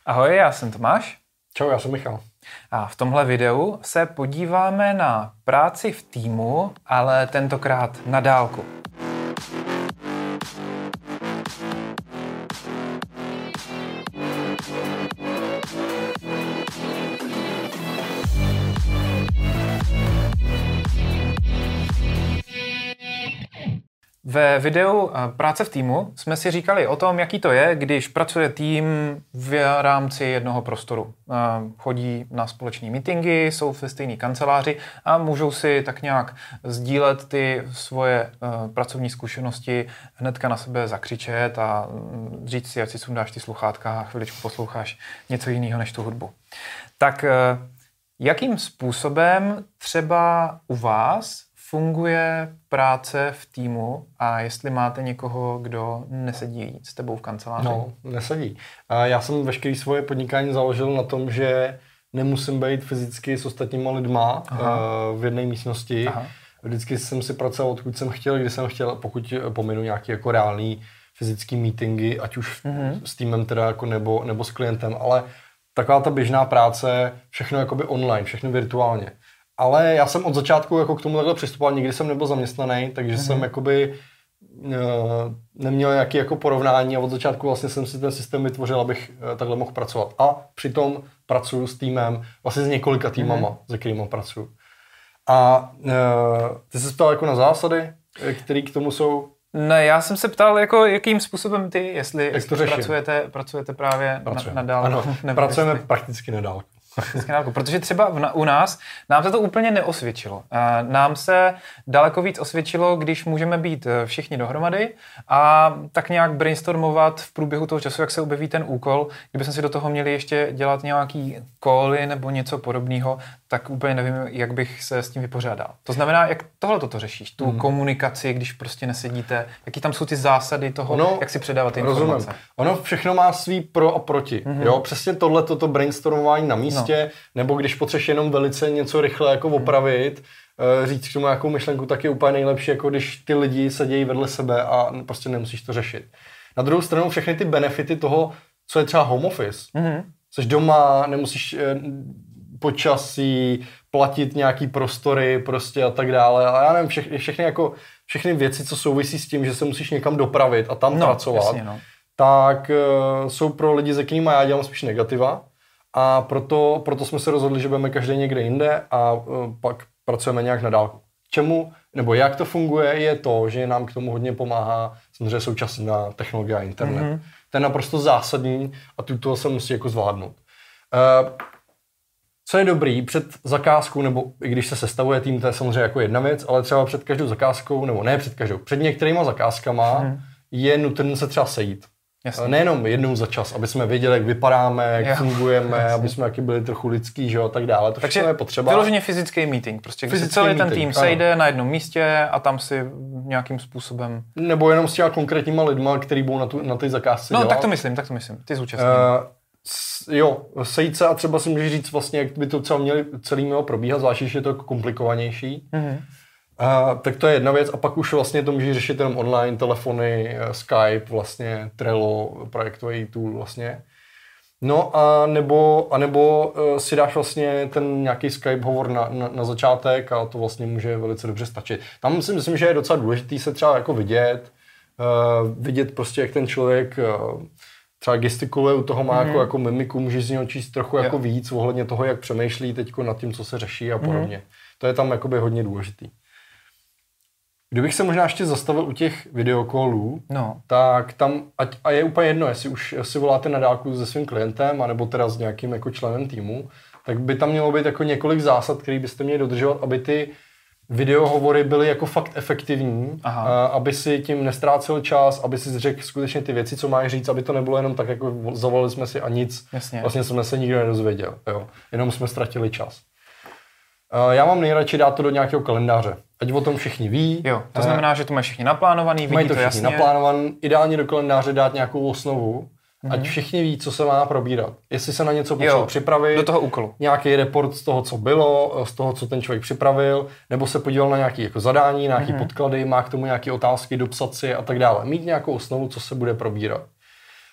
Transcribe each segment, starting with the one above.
Ahoj, já jsem Tomáš. Čau, já jsem Michal. A v tomhle videu se podíváme na práci v týmu, ale tentokrát na dálku. Ve videu Práce v týmu jsme si říkali o tom, jaký to je, když pracuje tým v rámci jednoho prostoru. Chodí na společné meetingy, jsou ve stejné kanceláři a můžou si tak nějak sdílet ty svoje pracovní zkušenosti, hnedka na sebe zakřičet a říct si, ať si sundáš ty sluchátka a chviličku posloucháš něco jiného než tu hudbu. Tak jakým způsobem třeba u vás funguje práce v týmu a jestli máte někoho, kdo nesedí s tebou v kanceláři? No, nesedí. Já jsem veškeré svoje podnikání založil na tom, že nemusím být fyzicky s ostatníma lidma v jedné místnosti. Aha. Vždycky jsem si pracoval, odkud jsem chtěl, kdy jsem chtěl, pokud pominu nějaký jako reálný fyzický meetingy, ať už s týmem teda jako nebo s klientem, ale taková ta běžná práce, všechno jakoby online, všechno virtuálně. Ale já jsem od začátku jako k tomu takhle přistupoval, nikdy jsem nebyl zaměstnaný, takže jsem jakoby neměl nějaké jako porovnání a od začátku vlastně jsem si ten systém vytvořil, abych takhle mohl pracovat. A přitom pracuji s týmem, vlastně s několika týmama, se kterými pracuji. A ty se ptal jako na zásady, které k tomu jsou? Ne, já jsem se ptal, jako, jakým způsobem ty, jestli pracujete právě na dálku. Ano, pracujeme prakticky na dálku. Protože třeba u nás, nám se to úplně neosvědčilo. Nám se daleko víc osvědčilo, když můžeme být všichni dohromady a tak nějak brainstormovat v průběhu toho času, jak se objeví ten úkol. Kdybychom si do toho měli ještě dělat nějaký cally nebo něco podobného, tak úplně nevím, jak bych se s tím vypořádal. To znamená, jak tohle toto řešíš? Tu komunikaci, když prostě nesedíte, jaký tam jsou ty zásady toho, jak si předávat ty informace? Rozumím. Ono všechno má svý pro a proti. Jo, přesně toto brainstormování na místě, nebo když potřebuješ jenom velice něco rychle jako opravit, říct k tomu nějakou myšlenku, tak je úplně nejlepší, jako když ty lidi sedějí vedle sebe a prostě nemusíš to řešit. Na druhou stranu všechny ty benefity toho, co je třeba home office. Jsi doma, nemusíš počasí, platit nějaký prostory prostě a tak dále. A já nevím, všechny věci, co souvisí s tím, že se musíš někam dopravit a tam pracovat, jasně, tak jsou pro lidi, se kterými já dělám spíš negativa. A proto jsme se rozhodli, že budeme každý někde jinde a pak pracujeme nějak na dálku. Čemu, nebo jak to funguje, je to, že nám k tomu hodně pomáhá samozřejmě současná technologie a internet. To je naprosto zásadní a tuto se musí jako zvládnout. Co je dobrý před zakázkou, nebo i když se sestavuje tým, to je samozřejmě jako jedna věc, ale třeba před každou zakázkou, nebo ne před každou, před některýma zakázkama je nutné se třeba sejít. Jasně. Nejenom jednou za čas, aby jsme věděli, jak vypadáme, jak fungujeme, aby jsme taky byli trochu lidský, že jo, a tak dále. To všechno je potřeba. Vyloženě fyzický meeting, prostě když celý ten tým sejde na jednom místě a tam si nějakým způsobem... Nebo jenom s těma konkrétníma lidma, který budou na té zakázce dělat. Tak to myslím, ty zúčastní. Jo, sejít se a třeba si můžeš říct vlastně, jak by to celý mělo probíhat, zvlášť, že je to komplikovanější. Tak to je jedna věc a pak už vlastně to můžeš řešit jenom online, telefony, Skype, vlastně Trello, projektový tool vlastně. No a nebo si dáš vlastně ten nějaký Skype hovor na začátek a to vlastně může velice dobře stačit. Tam si myslím, že je docela důležitý se třeba jako vidět prostě, jak ten člověk třeba gestikuluje, u toho má jako mimiku, můžeš z něho číst trochu jako víc ohledně toho, jak přemýšlí teďko nad tím, co se řeší a podobně. To je tam jakoby hodně důležitý. Kdybych se možná ještě zastavil u těch videokolů, tak tam, a je úplně jedno, jestli už si voláte na dálku se svým klientem, anebo teda s nějakým jako členem týmu, tak by tam mělo být jako několik zásad, které byste měli dodržovat, aby ty videohovory byly jako fakt efektivní, aby si tím nestrácel čas, aby si řekl skutečně ty věci, co máš říct, aby to nebylo jenom tak, jako zavolali jsme si a nic, vlastně jsme se nikdo nedozvěděl, jo. Jenom jsme ztratili čas. Já mám nejradši dát to do nějakého kalendáře. Ať o tom všichni ví. Jo, to znamená, že to mají všichni naplánovaný, vidí to jasně. Naplánovaný, ideálně do kalendáře dát nějakou osnovu, ať všichni ví, co se má probírat. Jestli se na něco potřeba připravit. Do toho úkolu. Nějaký report z toho, co bylo, z toho, co ten člověk připravil, nebo se podíval na nějaké jako zadání, nějaké podklady, má k tomu nějaké otázky, dopsat si a tak dále. Mít nějakou osnovu, co se bude probírat.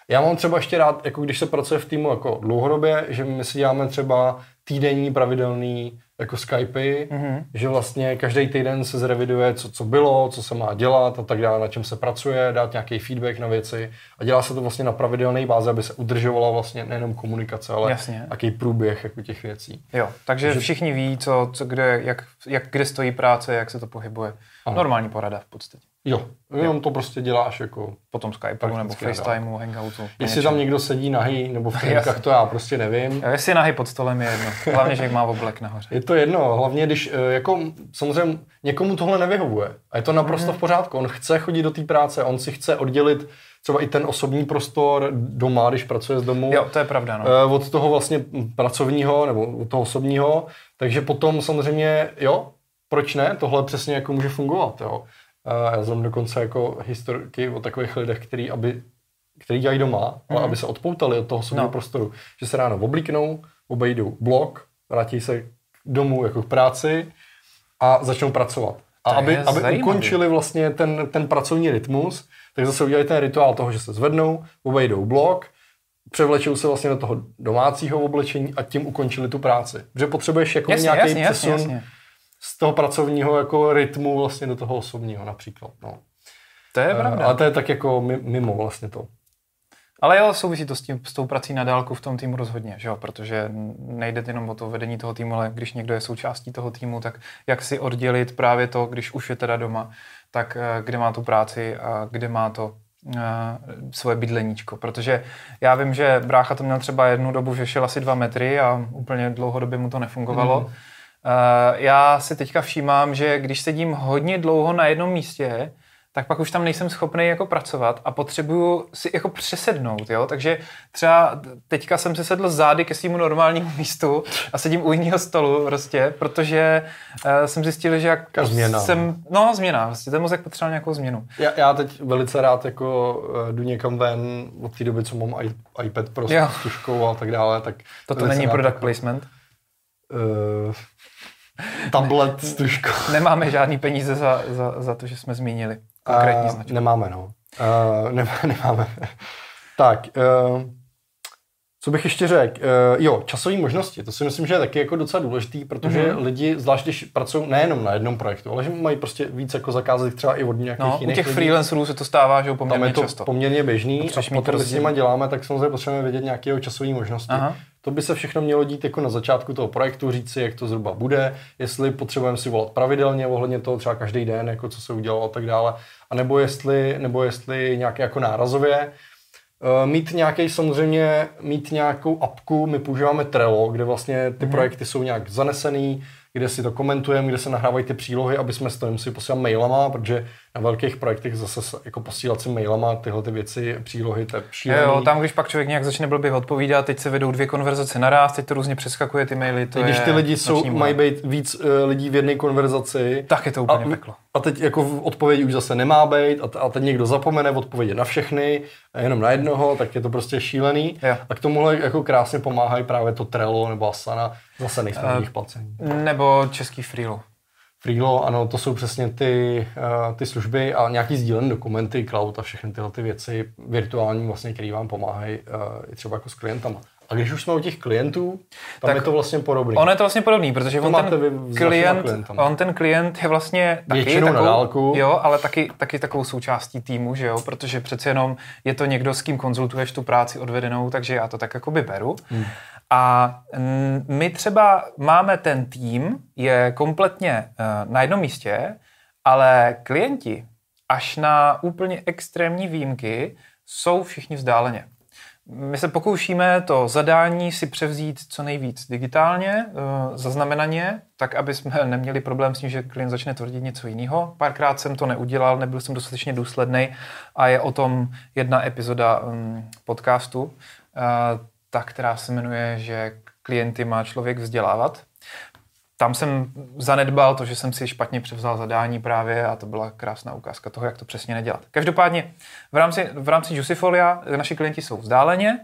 Já mám třeba ještě rád, jako když se pracuje v týmu jako dlouhodobě, že my si děláme třeba týdenní pravidelný jako Skypey, že vlastně každý týden se zreviduje, co bylo, co se má dělat a tak dále, na čem se pracuje, dát nějaký feedback na věci a dělá se to vlastně na pravidelné bázi, aby se udržovala vlastně nejenom komunikace, ale jaký průběh jako těch věcí. Jo, takže všichni ví, co kde, kde stojí práce, jak se to pohybuje. Ano. Normální porada v podstatě. Jo, jenom to prostě děláš jako... Potom Skypeu nebo FaceTimeu, Hangoutu. Jestli tam někdo sedí nahý nebo v trenkách, to já prostě nevím. Jo, jestli nahý pod stolem je jedno. Hlavně, že má oblek nahoře. Je to jedno, hlavně když jako samozřejmě někomu tohle nevyhovuje. A je to naprosto v pořádku. On chce chodit do té práce, on si chce oddělit třeba i ten osobní prostor doma, když pracuje z domu. Jo, to je pravda, no. Od toho vlastně pracovního nebo od toho osobního. Takže potom samozřejmě, jo, proč ne? Tohle přesně jako může fungovat, jo. Já znám dokonce jako historky o takových lidech, který dělají doma, ale aby se odpoutali od toho osobního prostoru. Že se ráno oblíknou, obejdou blok, vrátí se domů jako k práci a začnou pracovat. A aby ukončili vlastně ten pracovní rytmus, tak zase udělají ten rituál toho, že se zvednou, obejdou blok, převlečou se vlastně do toho domácího oblečení a tím ukončili tu práci. Protože potřebuješ jako nějaký přesun z toho pracovního jako rytmu vlastně do toho osobního například. No. To je pravda. Ale to je tak jako mimo vlastně to. Ale jo, souvisí to s tou prací na dálku v tom týmu rozhodně, že jo? Protože nejde jenom o to vedení toho týmu, ale když někdo je součástí toho týmu, tak jak si oddělit právě to, když už je teda doma, tak kde má tu práci a kde má to svoje bydleníčko. Protože já vím, že brácha to měl třeba jednu dobu, že šel asi 2 metry a úplně dlouhodobě mu to nefungovalo. Já si teďka všímám, že když sedím hodně dlouho na jednom místě, tak pak už tam nejsem schopný jako pracovat a potřebuju si jako přesednout, jo? Takže třeba teďka jsem se sedl zády ke svému normálnímu místu a sedím u jiného stolu prostě, protože jsem zjistil, že jak změna. Změna, vlastně ten mozek potřeboval nějakou změnu. Já teď velice rád jako jdu někam ven od té doby, co mám iPad Pro s tuškou a tak dále, tak toto není product placement? Tablet s tuškou. Nemáme žádný peníze za to, že jsme zmínili konkrétní značku. Nemáme, no. Nemáme. Tak, co bych ještě řekl? Časové možnosti. To si myslím, že je taky jako docela důležitý, protože lidi, zvlášť když pracují nejenom na jednom projektu, ale že mají prostě víc jako zakázek třeba i od nějakých jiných lidí. U těch freelancerů se to stává, že poměrně často. Tam je to poměrně běžný a potom, když s nima děláme, tak samozřejmě potřebujeme vědět nějaké časové možnosti. Aha. To by se všechno mělo dít jako na začátku toho projektu, říct si, jak to zhruba bude, jestli potřebujeme si volat pravidelně ohledně toho třeba každý den, jako co se udělalo a tak dále, a nebo jestli nějaké jako nárazově. Mít nějakou apku, my používáme Trello, kde vlastně ty projekty jsou nějak zanesený, kde si to komentujeme, kde se nahrávají ty přílohy, aby jsme to nemuseli posílat mailama, protože na velkých projektech zase jako posílat si mailama tyhle ty věci, přílohy, to je šílený. Jo, tam když pak člověk nějak začne blbě odpovídat, teď se vedou 2 konverzace naraz, teď to různě přeskakuje ty maily, když ty lidi mají být víc lidí v jedné konverzaci, tak je to úplně peklo. A teď jako v odpovědi už zase nemá být a teď někdo zapomene odpovědět na všechny, jenom na jednoho, tak je to prostě šílený. Jo. A k tomuhle jako krásně pomáhají právě to Trello nebo Asana, zase nejsme na nich placení. Nebo český Freelo. Freelo, ano, to jsou přesně ty služby a nějaký sdílené dokumenty, cloud a všechny tyhle ty věci virtuální vlastně, které vám pomáhají třeba jako s klientama. A když už jsme u těch klientů, tam je to vlastně podobný. On je to vlastně podobný, protože ten klient je vlastně taky na dálku. Jo, ale taky takovou součástí týmu, že jo, protože přece jenom je to někdo, s kým konzultuješ tu práci odvedenou, takže já to tak jakoby beru. A my třeba máme ten tým, je kompletně na jednom místě, ale klienti až na úplně extrémní výjimky jsou všichni vzdáleně. My se pokoušíme to zadání si převzít co nejvíc digitálně, zaznamenaně, tak aby jsme neměli problém s tím, že klient začne tvrdit něco jiného. Párkrát jsem to neudělal, nebyl jsem dostatečně důsledný a je o tom jedna epizoda podcastu, ta, která se jmenuje, že klienty má člověk vzdělávat. Tam jsem zanedbal to, že jsem si špatně převzal zadání právě a to byla krásná ukázka toho, jak to přesně nedělat. Každopádně v rámci Juicifolia naši klienti jsou vzdáleně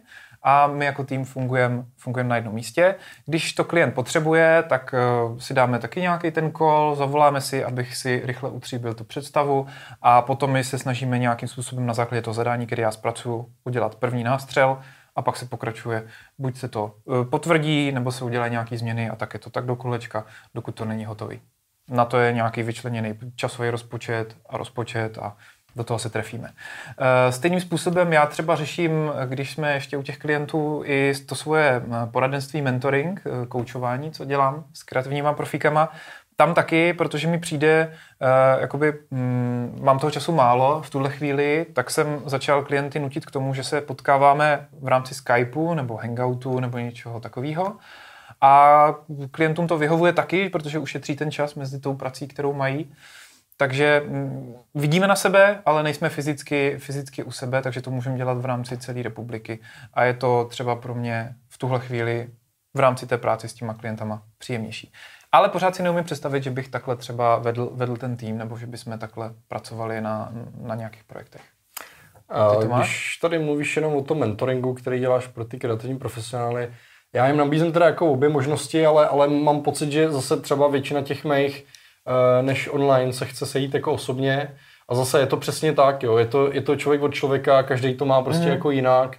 a my jako tým fungujeme na jednom místě. Když to klient potřebuje, tak si dáme taky nějaký ten call, zavoláme si, abych si rychle utříbil tu představu a potom my se snažíme nějakým způsobem na základě toho zadání, které já zpracuju, udělat první nástřel a pak se pokračuje. Buď se to potvrdí, nebo se udělají nějaké změny a tak je to tak do kolečka, dokud to není hotový. Na to je nějaký vyčleněný časový rozpočet a do toho se trefíme. Stejným způsobem já třeba řeším, když jsme ještě u těch klientů, i to svoje poradenství, mentoring, koučování, co dělám s kreativníma profíkama. Tam taky, protože mi přijde, mám toho času málo v tuhle chvíli, tak jsem začal klienty nutit k tomu, že se potkáváme v rámci Skypeu nebo Hangoutu nebo něčeho takového. A klientům to vyhovuje taky, protože ušetří ten čas mezi tou prací, kterou mají. Takže vidíme na sebe, ale nejsme fyzicky u sebe, takže to můžeme dělat v rámci celé republiky. A je to třeba pro mě v tuhle chvíli v rámci té práce s těma klientama příjemnější. Ale pořád si neumím představit, že bych takhle třeba vedl ten tým, nebo že bychom takhle pracovali na nějakých projektech. Když tady mluvíš jenom o tom mentoringu, který děláš pro ty kreativní profesionály, já jim nabízím teda jako obě možnosti, ale mám pocit, že zase třeba většina těch mých než online se chce sejít jako osobně a zase je to přesně tak, jo. Je to člověk od člověka, každý to má prostě jako jinak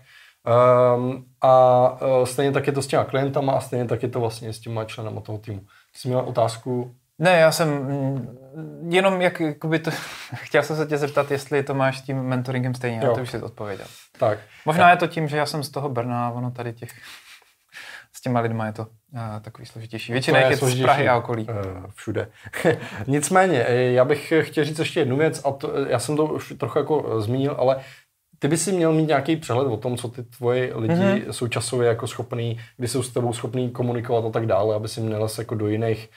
a stejně tak je to s těma klientama a stejně tak je to vlastně s těma členama toho týmu. Jsi měla otázku? Ne, já jsem jenom chtěl jsem se tě zeptat, jestli to máš s tím mentoringem stejně, ale to už jsi odpověděl. Tak. Možná je to tím, že já jsem z toho Brna, ono tady s těma lidma je to takový složitější. Většina je z Prahy a okolí. Všude. Nicméně, já bych chtěl říct ještě jednu věc, a já jsem to už trochu jako zmínil, ale ty by si měl mít nějaký přehled o tom, co ty tvoji lidi jsou časově jako schopný, kdy jsou s tebou schopný komunikovat a tak dále, aby si měl jako do jiných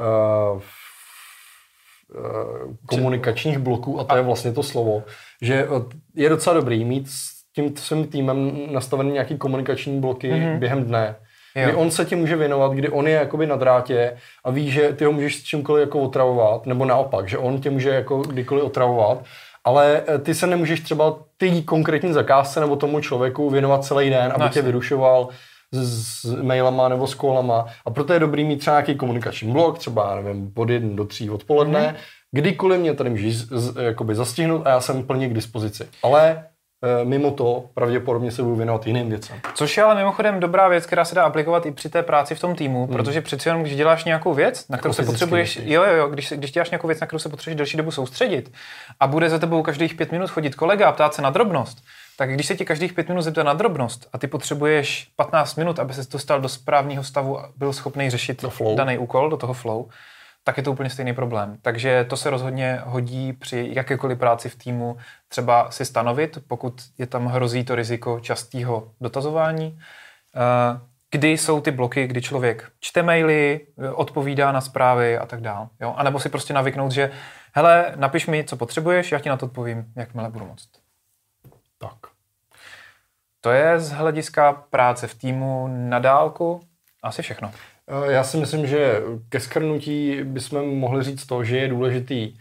komunikačních bloků, a to je vlastně to slovo, že je docela dobrý mít s tím svým týmem nastavený nějaký komunikační bloky během dne, kdy on se ti může věnovat, kdy on je jakoby na drátě a ví, že ty ho můžeš s čímkoliv jako otravovat, nebo naopak, že on tě může jako kdykoliv otravovat, ale ty se nemůžeš třeba ty konkrétní zakázce nebo tomu člověku věnovat celý den, aby tě vyrušoval s mailama nebo s kolama. A proto je dobrý mít třeba nějaký komunikační blok, třeba nevím, od 1 do 3 odpoledne, kdykoliv mě tady můžeš jakoby zastihnout a já jsem plně k dispozici. Ale mimo to pravděpodobně se budu věnovat jiným věcem. Což je ale mimochodem dobrá věc, která se dá aplikovat i při té práci v tom týmu, protože přeci jenom, když děláš nějakou věc, na kterou se potřebuješ, když děláš nějakou věc, na kterou se potřebuješ delší dobu soustředit a bude za tebou každých 5 minut chodit kolega a ptát se na drobnost, tak když se ti každých 5 minut zeptá na drobnost a ty potřebuješ 15 minut, aby se dostal do správného stavu a byl schopný řešit daný úkol, do toho flow, tak je to úplně stejný problém. Takže to se rozhodně hodí při jakékoliv práci v týmu třeba si stanovit, pokud je tam hrozí to riziko častého dotazování, kdy jsou ty bloky, kdy člověk čte maily, odpovídá na zprávy a tak dále. A nebo si prostě navyknout, že hele, napiš mi, co potřebuješ, já ti na to odpovím, jakmile budu moct. Tak. To je z hlediska práce v týmu na dálku asi všechno. Já si myslím, že ke shrnutí bychom mohli říct to, že je důležitý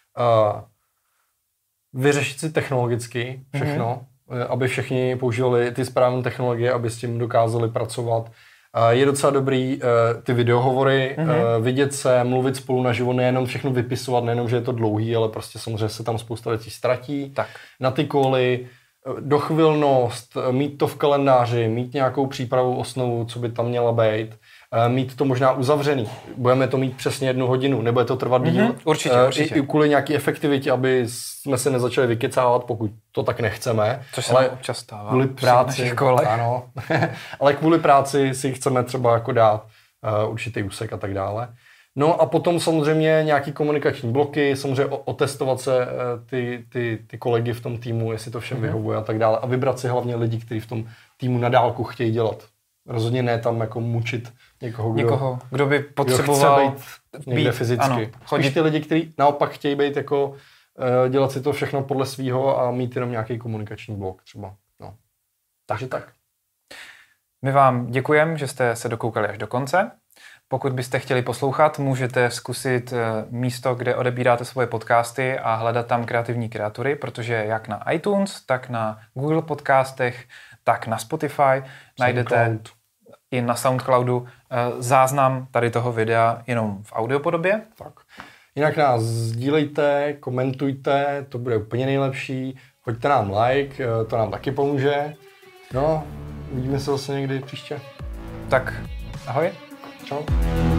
vyřešit si technologicky všechno, aby všichni používali ty správné technologie, aby s tím dokázali pracovat. Je docela dobrý ty videohovory, vidět se, mluvit spolu naživo, nejenom všechno vypisovat, nejenom, že je to dlouhý, ale prostě samozřejmě se tam spousta věcí ztratí. Tak. Na ty koly, dochvilnost, mít to v kalendáři, mít nějakou přípravu, osnovu, co by tam měla být. Mít to možná uzavřený. Budeme to mít přesně 1 hodinu, nebude to trvat díl. Určitě. I kvůli nějaký efektivitě, aby jsme se nezačali vykecávat, pokud to tak nechceme. Což se nám občas stává. Kvůli práci, ano. Ale kvůli práci si chceme třeba jako dát určitý úsek a tak dále. No a potom samozřejmě nějaký komunikační bloky, samozřejmě otestovat se ty kolegy v tom týmu, jestli to všem vyhovuje a tak dále. A vybrat si hlavně lidi, kteří v tom týmu na dálku chtějí dělat. Rozhodně ne tam jako mučit někoho, kdo by potřeboval být někde fyzicky. Spíš ty lidi, kteří naopak chtějí být jako dělat si to všechno podle svýho a mít jenom nějaký komunikační blok třeba. No. Takže tak. My vám děkujeme, že jste se dokoukali až do konce. Pokud byste chtěli poslouchat, můžete zkusit místo, kde odebíráte svoje podcasty a hledat tam kreativní kreatury, protože jak na iTunes, tak na Google podcastech, tak na Spotify najdete i na Soundcloudu záznam tady toho videa jenom v audiopodobě. Tak. Jinak nás sdílejte, komentujte, to bude úplně nejlepší. Hoďte nám like, to nám taky pomůže. No, uvidíme se zase někdy příště. Tak ahoj. Čau.